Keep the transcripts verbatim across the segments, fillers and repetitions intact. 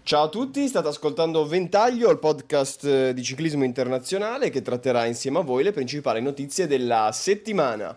Ciao a tutti, state ascoltando Ventaglio, il podcast eh, di ciclismo internazionale che tratterà insieme a voi le principali notizie della settimana.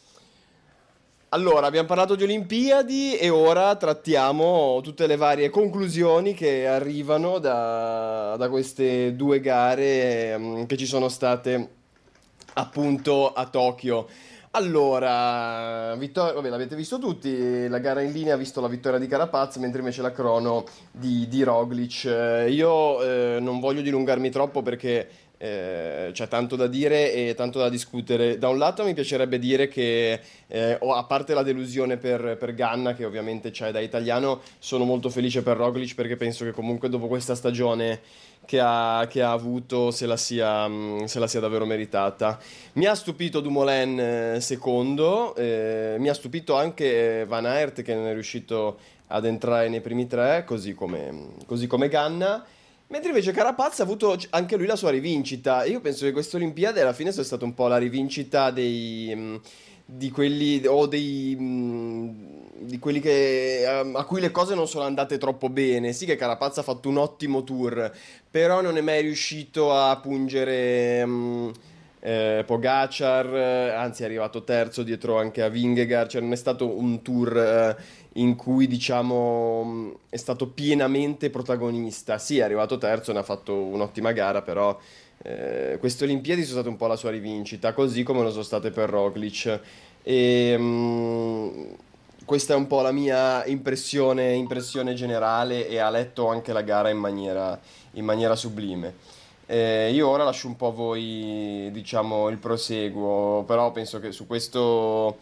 Allora, abbiamo parlato di Olimpiadi e ora trattiamo tutte le varie conclusioni che arrivano da, da queste due gare ehm, che ci sono state appunto a Tokyo. Allora, vittor- vabbè, l'avete visto tutti, la gara in linea ha visto la vittoria di Carapaz, mentre invece la crono di, di Roglic. Eh, Io eh, non voglio dilungarmi troppo perché eh, c'è tanto da dire e tanto da discutere. Da un lato mi piacerebbe dire che, eh, o- a parte la delusione per, per Ganna, che ovviamente c'è da italiano, sono molto felice per Roglic perché penso che comunque dopo questa stagione che ha, che ha avuto se la sia, mh, se la sia davvero meritata. Mi ha stupito Dumoulin eh, secondo, eh, mi ha stupito anche Van Aert che non è riuscito ad entrare nei primi tre, così come, così come Ganna. Mentre invece Carapaz ha avuto c- anche lui la sua rivincita. Io penso che queste Olimpiadi alla fine sia stata un po' la rivincita dei, mh, di quelli, o dei, mh, di quelli che, a, a cui le cose non sono andate troppo bene. Sì che Carapaz ha fatto un ottimo tour, però non è mai riuscito a pungere mh, eh, Pogacar, eh, anzi è arrivato terzo dietro anche a Vingegaard, cioè non è stato un tour eh, in cui diciamo mh, è stato pienamente protagonista. Sì, è arrivato terzo, ne ha fatto un'ottima gara, però eh, queste Olimpiadi sono state un po' la sua rivincita, così come lo sono state per Roglic. E, mh, questa è un po' la mia impressione, impressione generale e ha letto anche la gara in maniera, in maniera sublime. Eh, io ora lascio un po' a voi, diciamo, il proseguo, però penso che su questo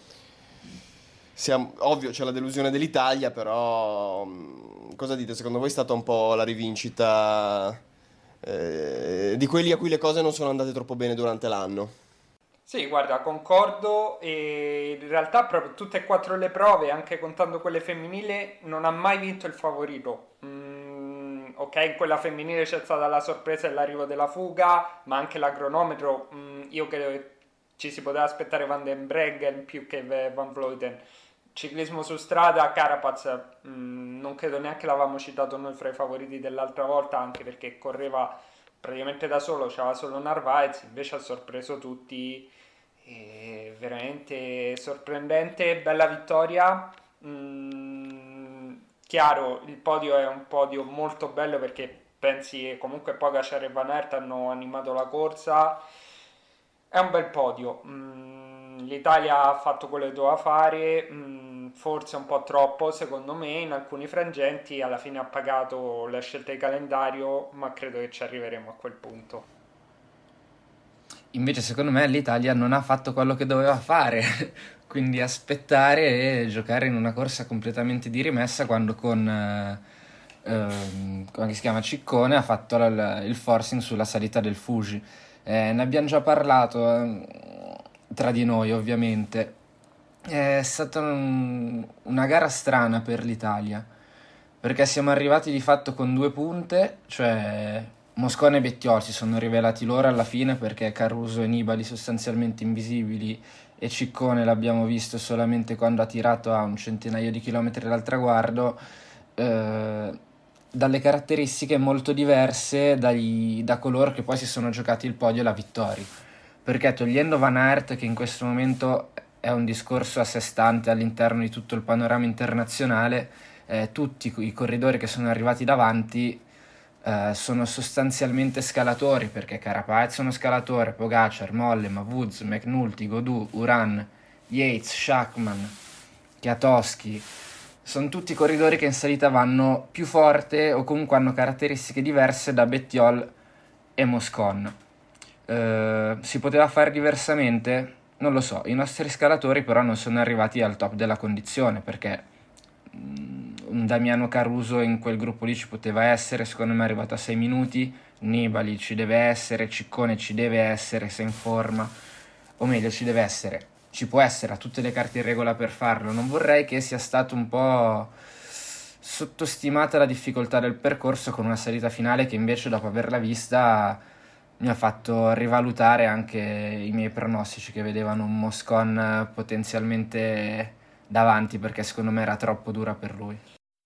siamo, ovvio c'è la delusione dell'Italia, però mh, cosa dite? Secondo voi è stata un po' la rivincita eh, di quelli a cui le cose non sono andate troppo bene durante l'anno? Sì, guarda, concordo e in realtà proprio tutte e quattro le prove, anche contando quelle femminili, non ha mai vinto il favorito. Mm, ok, in quella femminile c'è stata la sorpresa dell'arrivo della fuga, ma anche la cronometro, mm, io credo che ci si poteva aspettare Van den Breggen più che Van Vleuten. Ciclismo su strada, Carapaz, mm, non credo neanche l'avevamo citato noi fra i favoriti dell'altra volta, anche perché correva praticamente da solo, c'era solo Narvaez, invece ha sorpreso tutti, e veramente sorprendente, bella vittoria. Mm, chiaro, il podio è un podio molto bello perché pensi che comunque Pogacar e Van Aert hanno animato la corsa. È un bel podio. Mm, l'Italia ha fatto quello che doveva fare, mm, forse un po' troppo secondo me, in alcuni frangenti alla fine ha pagato la scelta di calendario, ma credo che ci arriveremo a quel punto. Invece secondo me l'Italia non ha fatto quello che doveva fare, quindi aspettare e giocare in una corsa completamente di rimessa quando con, eh, ehm, come si chiama, Ciccone ha fatto la- il forcing sulla salita del Fuji. Eh, ne abbiamo già parlato eh, tra di noi ovviamente. È stata un- una gara strana per l'Italia, perché siamo arrivati di fatto con due punte, cioè Moscone e Bettiol si sono rivelati loro alla fine perché Caruso e Nibali sostanzialmente invisibili e Ciccone l'abbiamo visto solamente quando ha tirato a un centinaio di chilometri dal traguardo, eh, dalle caratteristiche molto diverse dagli- da coloro che poi si sono giocati il podio e la vittoria. Perché togliendo Van Aert, che in questo momento è un discorso a sé stante all'interno di tutto il panorama internazionale, eh, tutti i corridori che sono arrivati davanti eh, sono sostanzialmente scalatori, perché Carapaz è uno scalatore, Pogacar, Mollema, Woods, McNulty, Godou, Uran, Yates, Schachman, Kwiatkowski, sono tutti corridori che in salita vanno più forte o comunque hanno caratteristiche diverse da Bettiol e Moscon. Eh, si poteva fare diversamente? Non lo so, i nostri scalatori però non sono arrivati al top della condizione perché mm, un Damiano Caruso in quel gruppo lì ci poteva essere, secondo me è arrivato a sei minuti, Nibali ci deve essere, Ciccone ci deve essere se è in forma, o meglio ci deve essere, ci può essere, ha tutte le carte in regola per farlo, non vorrei che sia stato un po' sottostimata la difficoltà del percorso con una salita finale che invece dopo averla vista mi ha fatto rivalutare anche i miei pronostici che vedevano un Moscon potenzialmente davanti perché secondo me era troppo dura per lui.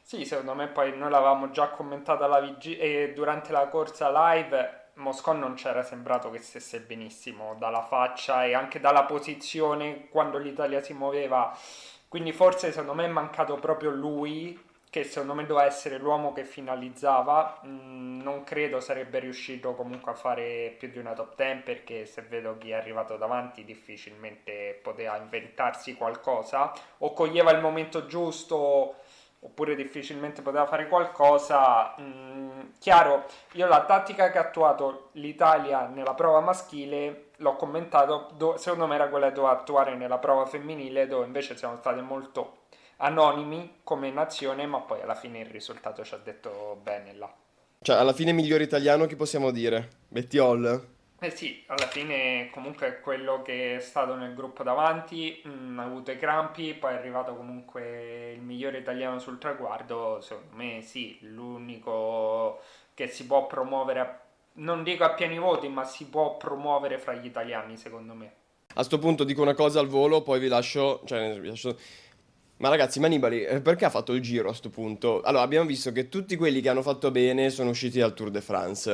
Sì, secondo me poi noi l'avevamo già commentata la vigi- e durante la corsa live. Moscon non c'era sembrato che stesse benissimo dalla faccia e anche dalla posizione quando l'Italia si muoveva. Quindi forse secondo me è mancato proprio lui, che secondo me doveva essere l'uomo che finalizzava. Mm, non credo sarebbe riuscito comunque a fare più di una top dieci perché se vedo chi è arrivato davanti difficilmente poteva inventarsi qualcosa o coglieva il momento giusto oppure difficilmente poteva fare qualcosa. Mm, chiaro, io la tattica che ha attuato l'Italia nella prova maschile l'ho commentato, do- secondo me era quella che doveva attuare nella prova femminile, dove invece siamo stati molto anonimi come nazione, ma poi alla fine il risultato ci ha detto bene là. Cioè, alla fine migliore italiano chi possiamo dire? Bettiol? Eh sì, alla fine comunque è quello che è stato nel gruppo davanti, mm, ha avuto i crampi, poi è arrivato comunque il migliore italiano sul traguardo, secondo me sì, l'unico che si può promuovere, a- non dico a pieni voti, ma si può promuovere fra gli italiani, secondo me. A sto punto dico una cosa al volo, poi vi lascio, cioè, vi lascio... Ma ragazzi, Manibali, eh, perché ha fatto il giro a sto punto? Allora, abbiamo visto che tutti quelli che hanno fatto bene sono usciti dal Tour de France.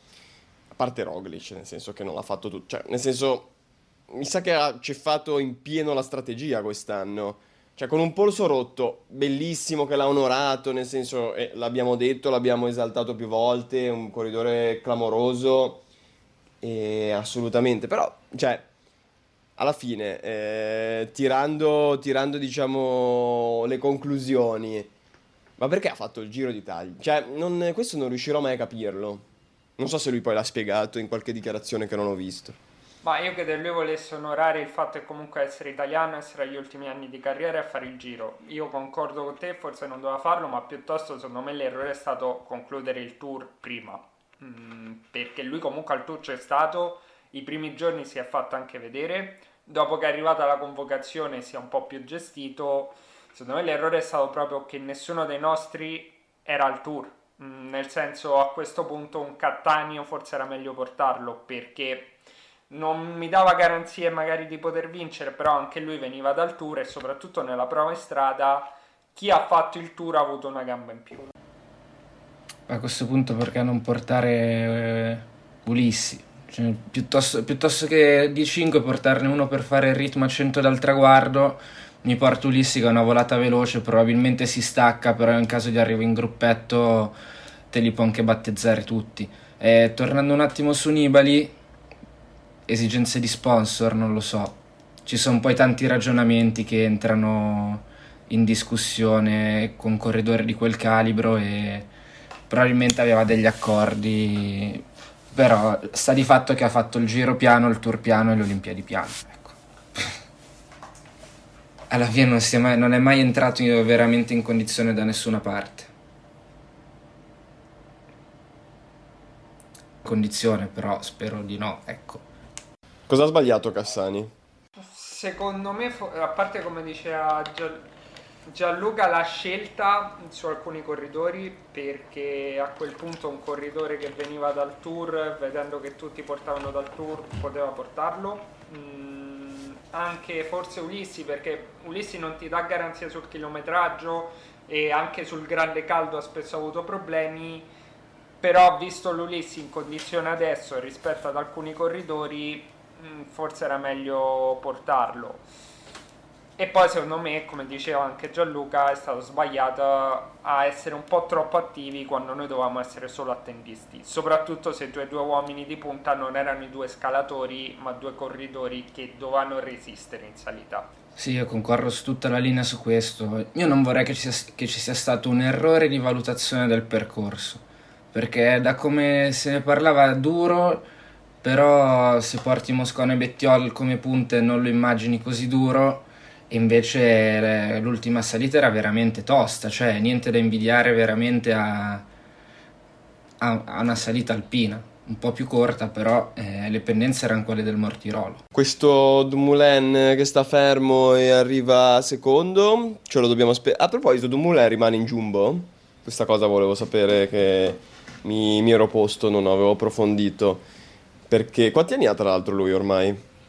A parte Roglic, nel senso che non l'ha fatto tutto. Cioè, nel senso, mi sa che ha ceffato in pieno la strategia quest'anno. Cioè, con un polso rotto, bellissimo che l'ha onorato, nel senso, eh, l'abbiamo detto, l'abbiamo esaltato più volte, un corridore clamoroso, e assolutamente. Però, cioè, alla fine, eh, tirando, tirando, diciamo, le conclusioni, ma perché ha fatto il Giro d'Italia? Cioè, non- questo non riuscirò mai a capirlo. Non so se lui poi l'ha spiegato in qualche dichiarazione che non ho visto. Ma io credo che lui volesse onorare il fatto che comunque essere italiano, essere agli ultimi anni di carriera e fare il giro. Io concordo con te, forse non doveva farlo, ma piuttosto secondo me l'errore è stato concludere il tour prima. Mm, perché lui comunque al tour c'è stato, i primi giorni si è fatto anche vedere, dopo che è arrivata la convocazione si è un po' più gestito. Secondo me l'errore è stato proprio che nessuno dei nostri era al tour. Mm, nel senso, a questo punto un Cattaneo forse era meglio portarlo perché non mi dava garanzie magari di poter vincere, però anche lui veniva dal tour e soprattutto nella prova in strada chi ha fatto il tour ha avuto una gamba in più. A questo punto perché non portare eh, Ulissi? Cioè, piuttosto, piuttosto che di cinque portarne uno per fare il ritmo a cento dal traguardo, mi porto Ulissi che ha una volata veloce, probabilmente si stacca, però in caso di arrivo in gruppetto te li può anche battezzare tutti. E tornando un attimo su Nibali, esigenze di sponsor, non lo so. Ci sono poi tanti ragionamenti che entrano in discussione con corridori di quel calibro e probabilmente aveva degli accordi, però sta di fatto che ha fatto il giro piano, il tour piano e le Olimpiadi piano, ecco. Alla fine non, si è mai, non è mai entrato in- veramente in condizione da nessuna parte. Condizione però spero di no, ecco. Cosa ha sbagliato Cassani? Secondo me, fo- a parte come diceva Gian- Gianluca, la scelta su alcuni corridori, perché a quel punto un corridore che veniva dal tour, vedendo che tutti portavano dal tour, poteva portarlo. Mm, anche forse Ulissi, perché Ulissi non ti dà garanzia sul chilometraggio e anche sul grande caldo ha spesso avuto problemi, però visto l'Ulissi in condizione adesso rispetto ad alcuni corridori, mh, forse era meglio portarlo. E poi secondo me, come diceva anche Gianluca, è stato sbagliato a essere un po' troppo attivi quando noi dovevamo essere solo attendisti, soprattutto se i tuoi due uomini di punta non erano i due scalatori, ma due corridori che dovevano resistere in salita. Sì, io concordo su tutta la linea su questo. Io non vorrei che ci sia, che ci sia stato un errore di valutazione del percorso, perché da come se ne parlava duro, però se porti Moscone e Bettiol come punte non lo immagini così duro, e invece eh, l'ultima salita era veramente tosta, cioè niente da invidiare veramente a, a- a una salita alpina, un po' più corta, però eh, le pendenze erano quelle del Mortirolo. Questo Dumoulin che sta fermo e arriva secondo, ce lo dobbiamo aspettare. A proposito, Dumoulin rimane in Jumbo? Questa cosa volevo sapere che mi, mi ero posto, non avevo approfondito. Perché quanti anni ha tra l'altro lui ormai?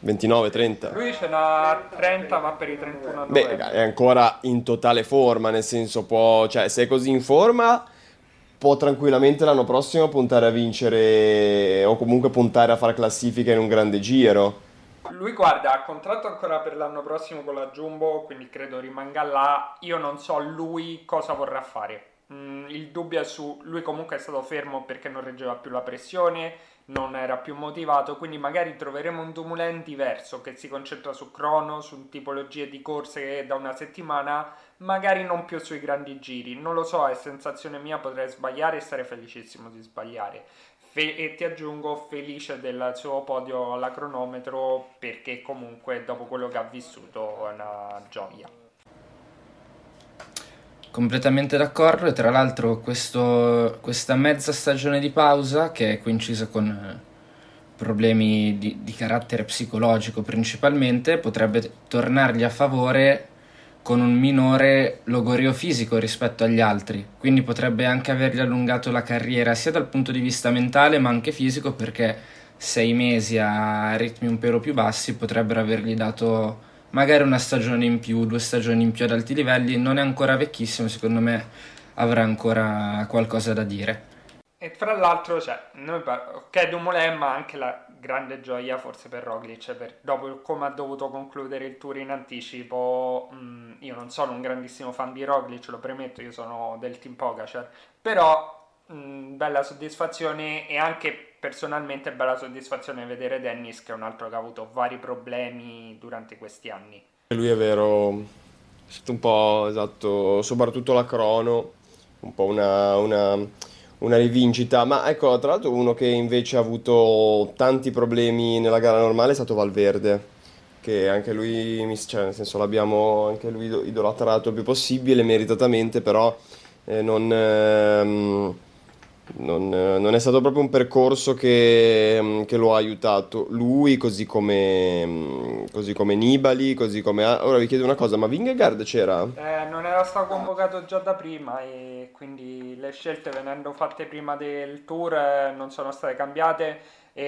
ventinove trenta. Lui ce n'ha trenta, ma per i trentuno a Beh, novembre. è ancora in totale forma, nel senso può, cioè se è così in forma può tranquillamente l'anno prossimo puntare a vincere o comunque puntare a fare classifica in un grande giro. Lui guarda, ha contratto ancora per l'anno prossimo con la Jumbo, quindi credo rimanga là. Io non so lui cosa vorrà fare. Mm, il dubbio è su lui, comunque è stato fermo perché non reggeva più la pressione, non era più motivato, quindi magari troveremo un Dumoulin diverso che si concentra su crono, su tipologie di corse da una settimana, magari non più sui grandi giri. Non lo so, è sensazione mia, potrei sbagliare e sarei felicissimo di sbagliare. Fe- e ti aggiungo felice del suo podio alla cronometro perché comunque dopo quello che ha vissuto è una gioia. Completamente d'accordo, e tra l'altro questo- questa mezza stagione di pausa, che è coincisa con eh, problemi di, di carattere psicologico principalmente, potrebbe tornargli a favore con un minore logorio fisico rispetto agli altri, quindi potrebbe anche avergli allungato la carriera sia dal punto di vista mentale ma anche fisico, perché sei mesi a ritmi un pelo più bassi potrebbero avergli dato magari una stagione in più, due stagioni in più ad alti livelli. Non è ancora vecchissimo, secondo me avrà ancora qualcosa da dire. E fra l'altro c'è, noi par- ok Dumoulin, ma anche la grande gioia forse per Roglic, per- dopo come ha dovuto concludere il tour in anticipo. Mh, io non sono un grandissimo fan di Roglic, lo premetto, io sono del team Pogacar, però mh, bella soddisfazione, e anche personalmente bella soddisfazione vedere Dennis, che è un altro che ha avuto vari problemi durante questi anni. Lui è vero, è stato un po' esatto, soprattutto la crono, un po' una, una- una rivincita, ma ecco, tra l'altro uno che invece ha avuto tanti problemi nella gara normale è stato Valverde, che anche lui, mi- cioè, nel senso l'abbiamo anche lui ido- idolatrato il più possibile, meritatamente, però eh, non, ehm, non, eh, non è stato proprio un percorso che, mm, che lo ha aiutato lui, così come, mm, così come Nibali, così come... ah, ora vi chiedo una cosa, ma Vingegaard c'era? Eh, non era stato convocato già da prima, e quindi le scelte venendo fatte prima del tour eh, non sono state cambiate,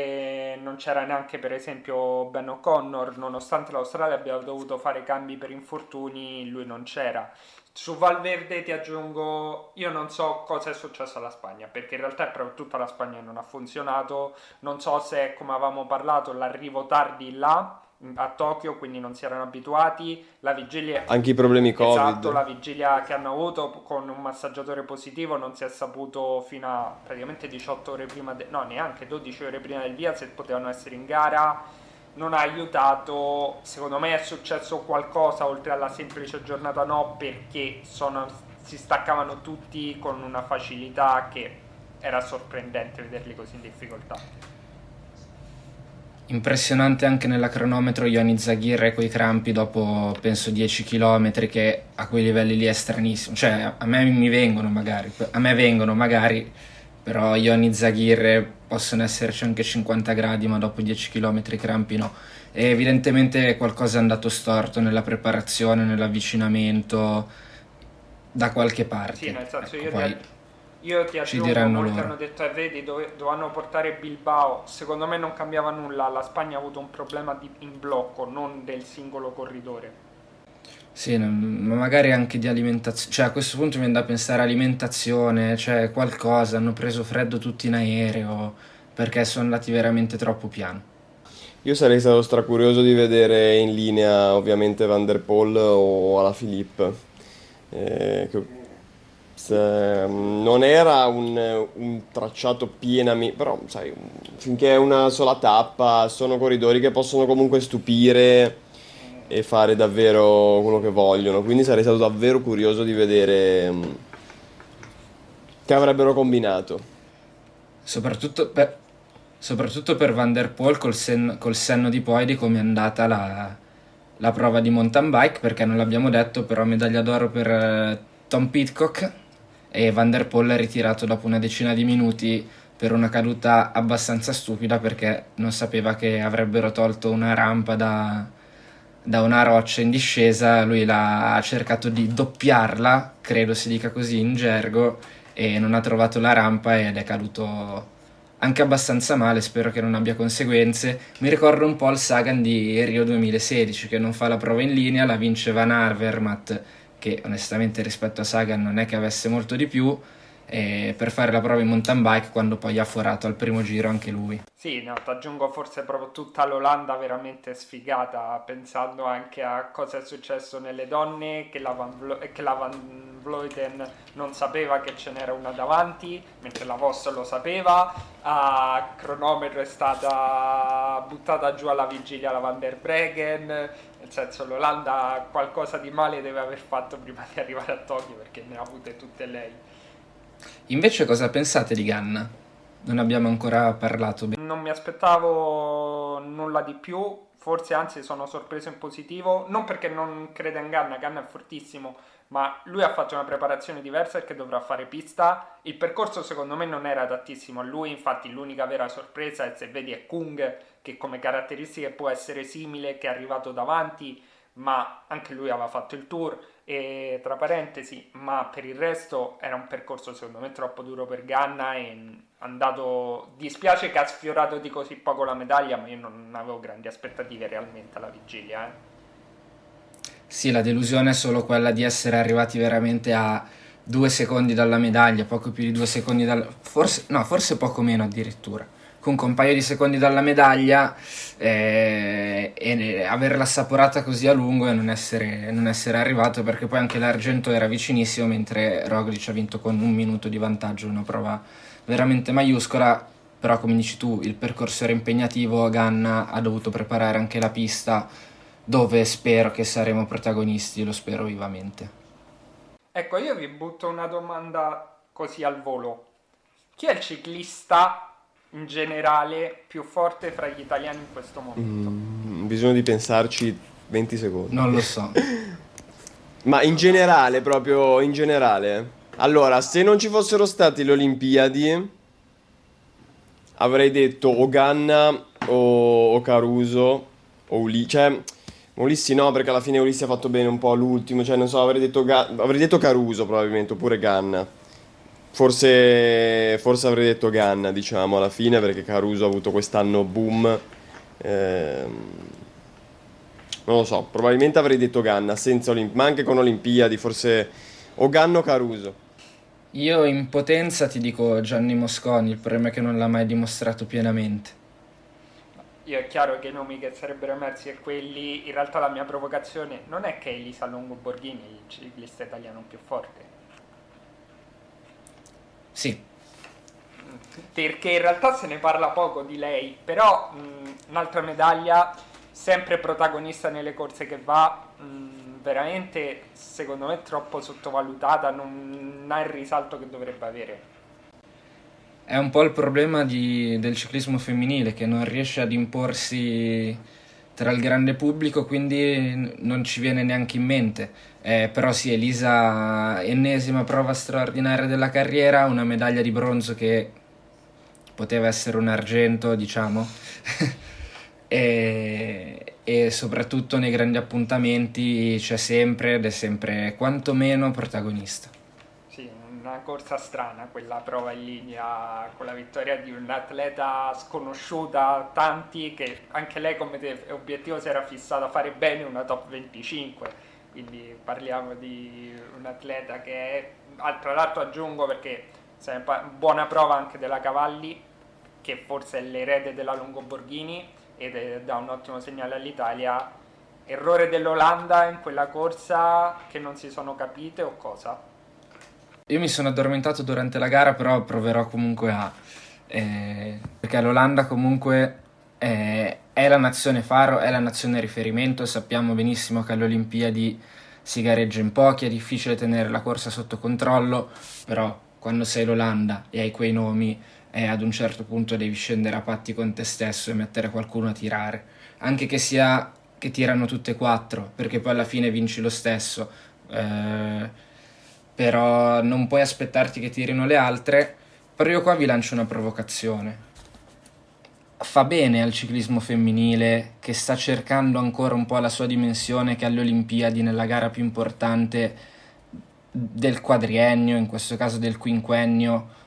e non c'era neanche per esempio Ben O'Connor, nonostante l'Australia abbia dovuto fare cambi per infortuni, lui non c'era. Su Valverde ti aggiungo, io non so cosa è successo alla Spagna, perché in realtà è proprio tutta la Spagna non ha funzionato. Non so se, come avevamo parlato, l'arrivo tardi là a Tokyo, quindi non si erano abituati, la vigilia, Anche i problemi esatto, Covid. la vigilia che hanno avuto con un massaggiatore positivo non si è saputo fino a praticamente diciotto ore prima, de- no, neanche dodici ore prima del via, se potevano essere in gara. Non ha aiutato. Secondo me è successo qualcosa oltre alla semplice giornata no, perché sono- si staccavano tutti con una facilità che era sorprendente vederli così in difficoltà. Impressionante anche nella cronometro Ioni Zaghirre coi crampi dopo penso dieci chilometri, che a quei livelli lì è stranissimo. Cioè a me mi vengono magari, a me vengono magari, però Ioni Zaghirre possono esserci anche cinquanta gradi, ma dopo dieci chilometri crampi no. E evidentemente qualcosa è andato storto nella preparazione, nell'avvicinamento, da qualche Sì, parte. nel senso, Ecco, io ti, poi ag- io ti ci aggiungo, diranno molti loro. hanno detto, eh, vedi, dove, dovevano portare Bilbao. Secondo me non cambiava nulla, la Spagna ha avuto un problema di- in blocco, non del singolo corridore. Sì, non- ma magari anche di alimentazione, cioè a questo punto mi viene da pensare alimentazione, cioè qualcosa, hanno preso freddo tutti in aereo perché sono andati veramente troppo piano. Io sarei stato stracurioso di vedere in linea ovviamente Van der Poel o Alaphilippe. Eh, che- se- non era un, un tracciato pienamente, però sai, finché è una sola tappa, sono corridori che possono comunque stupire e fare davvero quello che vogliono. Quindi sarei stato davvero curioso di vedere mm, che avrebbero combinato. Soprattutto per, soprattutto per Van der Poel col, sen- col senno di poi di come è andata la, la prova di mountain bike, perché non l'abbiamo detto, però medaglia d'oro per eh, Tom Pidcock, e Van der Poel è ritirato dopo una decina di minuti per una caduta abbastanza stupida, perché non sapeva che avrebbero tolto una rampa da, da una roccia in discesa. Lui l'ha, ha cercato di doppiarla, credo si dica così in gergo, e non ha trovato la rampa ed è caduto anche abbastanza male, spero che non abbia conseguenze. Mi ricordo un po' il Sagan di Rio duemilasedici, che non fa la prova in linea, la vince Van Avermaet, che onestamente rispetto a Sagan non è che avesse molto di più, eh, per fare la prova in mountain bike, quando poi ha forato al primo giro anche lui. Sì, no, ti aggiungo forse proprio tutta l'Olanda veramente sfigata, pensando anche a cosa è successo nelle donne, che la Van, Vlo- che la Van Vleuten non sapeva che ce n'era una davanti, mentre la Voss lo sapeva, a cronometro è stata buttata giù alla vigilia la Van der Breggen, nel senso l'Olanda qualcosa di male deve aver fatto prima di arrivare a Tokyo, perché ne ha avute tutte lei. Invece cosa pensate di Ganna? Non abbiamo ancora parlato bene. Non mi aspettavo nulla di più, forse anzi sono sorpreso in positivo, non perché non creda in Ganna, Ganna è fortissimo, ma lui ha fatto una preparazione diversa perché dovrà fare pista. Il percorso secondo me non era adattissimo a lui, infatti l'unica vera sorpresa è, se vedi, è Kung, che come caratteristiche può essere simile, che è arrivato davanti, ma anche lui aveva fatto il Tour. E tra parentesi, ma per il resto era un percorso secondo me troppo duro per Ganna e andato, dispiace che ha sfiorato di così poco la medaglia, ma io non avevo grandi aspettative realmente alla vigilia, eh. Sì, la delusione è solo quella di essere arrivati veramente a due secondi dalla medaglia, poco più di due secondi dal... forse, no, forse poco meno addirittura. Comunque un paio di secondi dalla medaglia, eh, e averla assaporata così a lungo e non essere, non essere arrivato, perché poi anche l'argento era vicinissimo, mentre Roglic ha vinto con un minuto di vantaggio, una prova veramente maiuscola. Però come dici tu, il percorso era impegnativo, Ganna ha dovuto preparare anche la pista, dove spero che saremo protagonisti, lo spero vivamente. Ecco, io vi butto una domanda così al volo. Chi è il ciclista in generale più forte fra gli italiani in questo momento? Mm, bisogno di pensarci venti secondi. Non lo so. Ma in generale, proprio in generale. Allora, se non ci fossero state le Olimpiadi, avrei detto o Ganna o, o Caruso o Ulissi. Cioè, Ulissi no, perché alla fine Ulissi ha fatto bene un po' all'ultimo. Cioè, non so, avrei detto, Ga- avrei detto Caruso probabilmente, oppure Ganna. Forse, forse avrei detto Ganna, diciamo, alla fine, perché Caruso ha avuto quest'anno boom. Ehm, non lo so, probabilmente avrei detto Ganna, senza Olimp- ma anche con Olimpiadi, forse o Ganna o Caruso. Io in potenza ti dico Gianni Mosconi, il problema è che non l'ha mai dimostrato pienamente. Io è chiaro che i nomi che sarebbero emersi e quelli, in realtà la mia provocazione non è che Elisa Longo Borghini è il ciclista italiano più forte, Sì, perché in realtà se ne parla poco di lei, però mh, un'altra medaglia, sempre protagonista nelle corse che va, mh, veramente secondo me troppo sottovalutata, non ha il risalto che dovrebbe avere. è un po' il problema di- del ciclismo femminile, che non riesce ad imporsi tra il grande pubblico, quindi n- non ci viene neanche in mente. Eh, però sì, Elisa, ennesima prova straordinaria della carriera, una medaglia di bronzo che poteva essere un argento, diciamo, e, e soprattutto nei grandi appuntamenti c'è sempre ed è sempre quantomeno protagonista. Sì, una corsa strana quella prova in linea con la vittoria di un'atleta sconosciuta a tanti, che anche lei come te- obiettivo si era fissata fare bene una top venticinque, quindi parliamo di un atleta che è, ah, tra l'altro aggiungo perché se ne pa- buona prova anche della Cavalli, che forse è l'erede della Longoborghini ed è, dà un ottimo segnale all'Italia. Errore dell'Olanda in quella corsa che non si sono capite o cosa? Io mi sono addormentato durante la gara, però proverò comunque a... eh, perché l'Olanda comunque eh, è la nazione faro, è la nazione riferimento, sappiamo benissimo che alle Olimpiadi si gareggia in pochi, è difficile tenere la corsa sotto controllo, però quando sei l'Olanda e hai quei nomi, eh, ad un certo punto devi scendere a patti con te stesso e mettere qualcuno a tirare, anche che sia che tirano tutte e quattro, perché poi alla fine vinci lo stesso. Eh, però non puoi aspettarti che tirino le altre. Però io qua vi lancio una provocazione. Fa bene al ciclismo femminile, che sta cercando ancora un po' la sua dimensione, che alle Olimpiadi, nella gara più importante del quadriennio, in questo caso del quinquennio,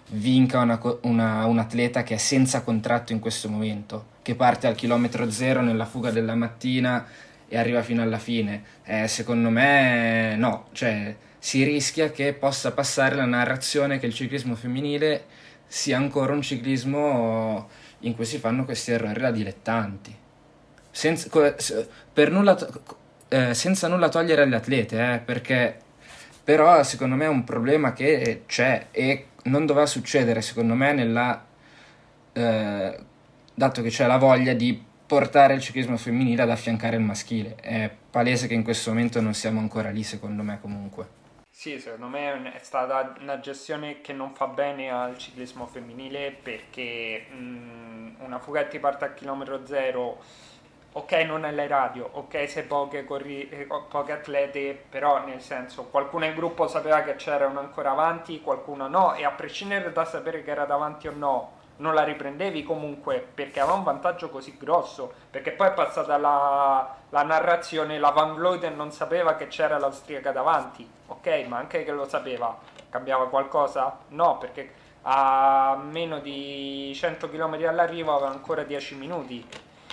vinca una co- una- un atleta che è senza contratto in questo momento, che parte al chilometro zero nella fuga della mattina e arriva fino alla fine. Eh, secondo me no, cioè si rischia che possa passare la narrazione che il ciclismo femminile sia ancora un ciclismo in cui si fanno questi errori da dilettanti. Senza, co- s- per nulla to- eh, senza nulla togliere alle atlete, eh, perché però secondo me è un problema che c'è e non doveva succedere, secondo me, nella, eh, dato che c'è la voglia di portare il ciclismo femminile ad affiancare il maschile. È palese che in questo momento non siamo ancora lì, secondo me, comunque. Sì, secondo me è stata una gestione che non fa bene al ciclismo femminile perché mh, una fuga che ti parte a chilometro zero, ok, non è le radio, ok, sei poche, corri, eh, poche atlete, però nel senso qualcuno in gruppo sapeva che c'erano ancora avanti, qualcuno no, e a prescindere da sapere che era davanti o no, non la riprendevi comunque perché aveva un vantaggio così grosso, perché poi è passata la, la narrazione, la Van Vleuten non sapeva che c'era l'austriaca davanti, ok, ma anche che lo sapeva, cambiava qualcosa? No, perché a meno di cento chilometri all'arrivo aveva ancora dieci minuti.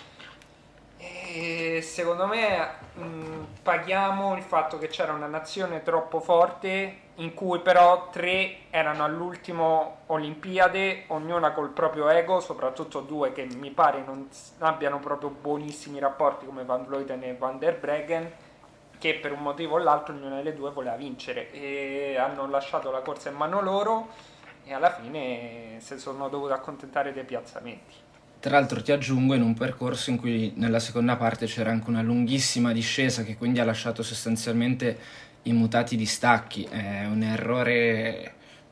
E secondo me mh, paghiamo il fatto che c'era una nazione troppo forte in cui però tre erano all'ultimo Olimpiade, ognuna col proprio ego, soprattutto due che mi pare non s- abbiano proprio buonissimi rapporti come Van Vleuten e Van der Breggen, che per un motivo o l'altro ognuna delle due voleva vincere e hanno lasciato la corsa in mano loro e alla fine si sono dovuti accontentare dei piazzamenti. Tra l'altro ti aggiungo in un percorso in cui nella seconda parte c'era anche una lunghissima discesa che quindi ha lasciato sostanzialmente immutati distacchi. È un errore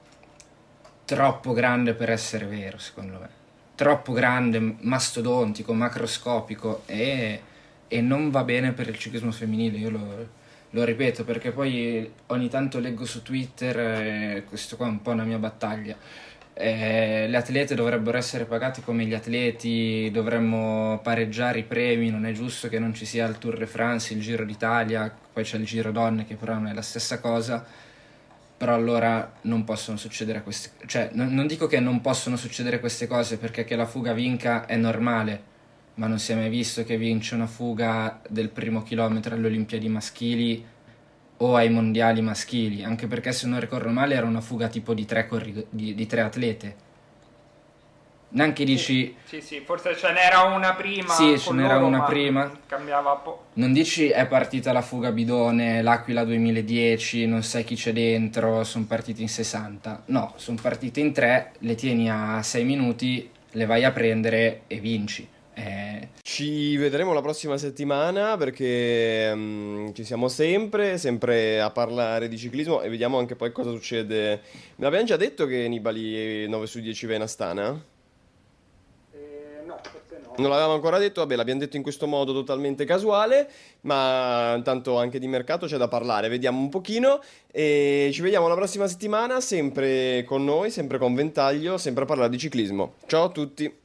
troppo grande per essere vero, secondo me. Troppo grande, mastodontico, macroscopico e, e non va bene per il ciclismo femminile, io lo, lo ripeto perché poi ogni tanto leggo su Twitter, eh, questo qua è un po' una mia battaglia. Eh, le atlete dovrebbero essere pagate come gli atleti, dovremmo pareggiare i premi, non è giusto che non ci sia il Tour de France, il Giro d'Italia, poi c'è il Giro Donne che però non è la stessa cosa, però allora non possono succedere queste cose, cioè non, non dico che non possono succedere queste cose perché che la fuga vinca è normale, ma non si è mai visto che vince una fuga del primo chilometro alle Olimpiadi maschili o ai mondiali maschili, anche perché se non ricordo male era una fuga tipo di tre, corri- di, di tre atlete. Neanche Sì, dici, sì, sì, forse ce n'era una sì, prima ce con n'era loro, una ma prima. mm, cambiava po'. Non dici è partita la fuga bidone, l'Aquila duemiladieci, non sai chi c'è dentro, sono partiti in sessanta. No, sono partite in tre, le tieni a sei minuti, le vai a prendere e vinci. Eh, Ci vedremo la prossima settimana perché mm, ci siamo sempre, sempre a parlare di ciclismo e vediamo anche poi cosa succede. Me l'abbiamo già detto che Nibali nove su dieci va in Astana? Eh, no, forse Non no. l'avevamo ancora detto, vabbè, l'abbiamo detto in questo modo totalmente casuale, ma intanto anche di mercato c'è da parlare, vediamo un pochino e ci vediamo la prossima settimana, sempre con noi, sempre con Ventaglio, sempre a parlare di ciclismo. Ciao a tutti!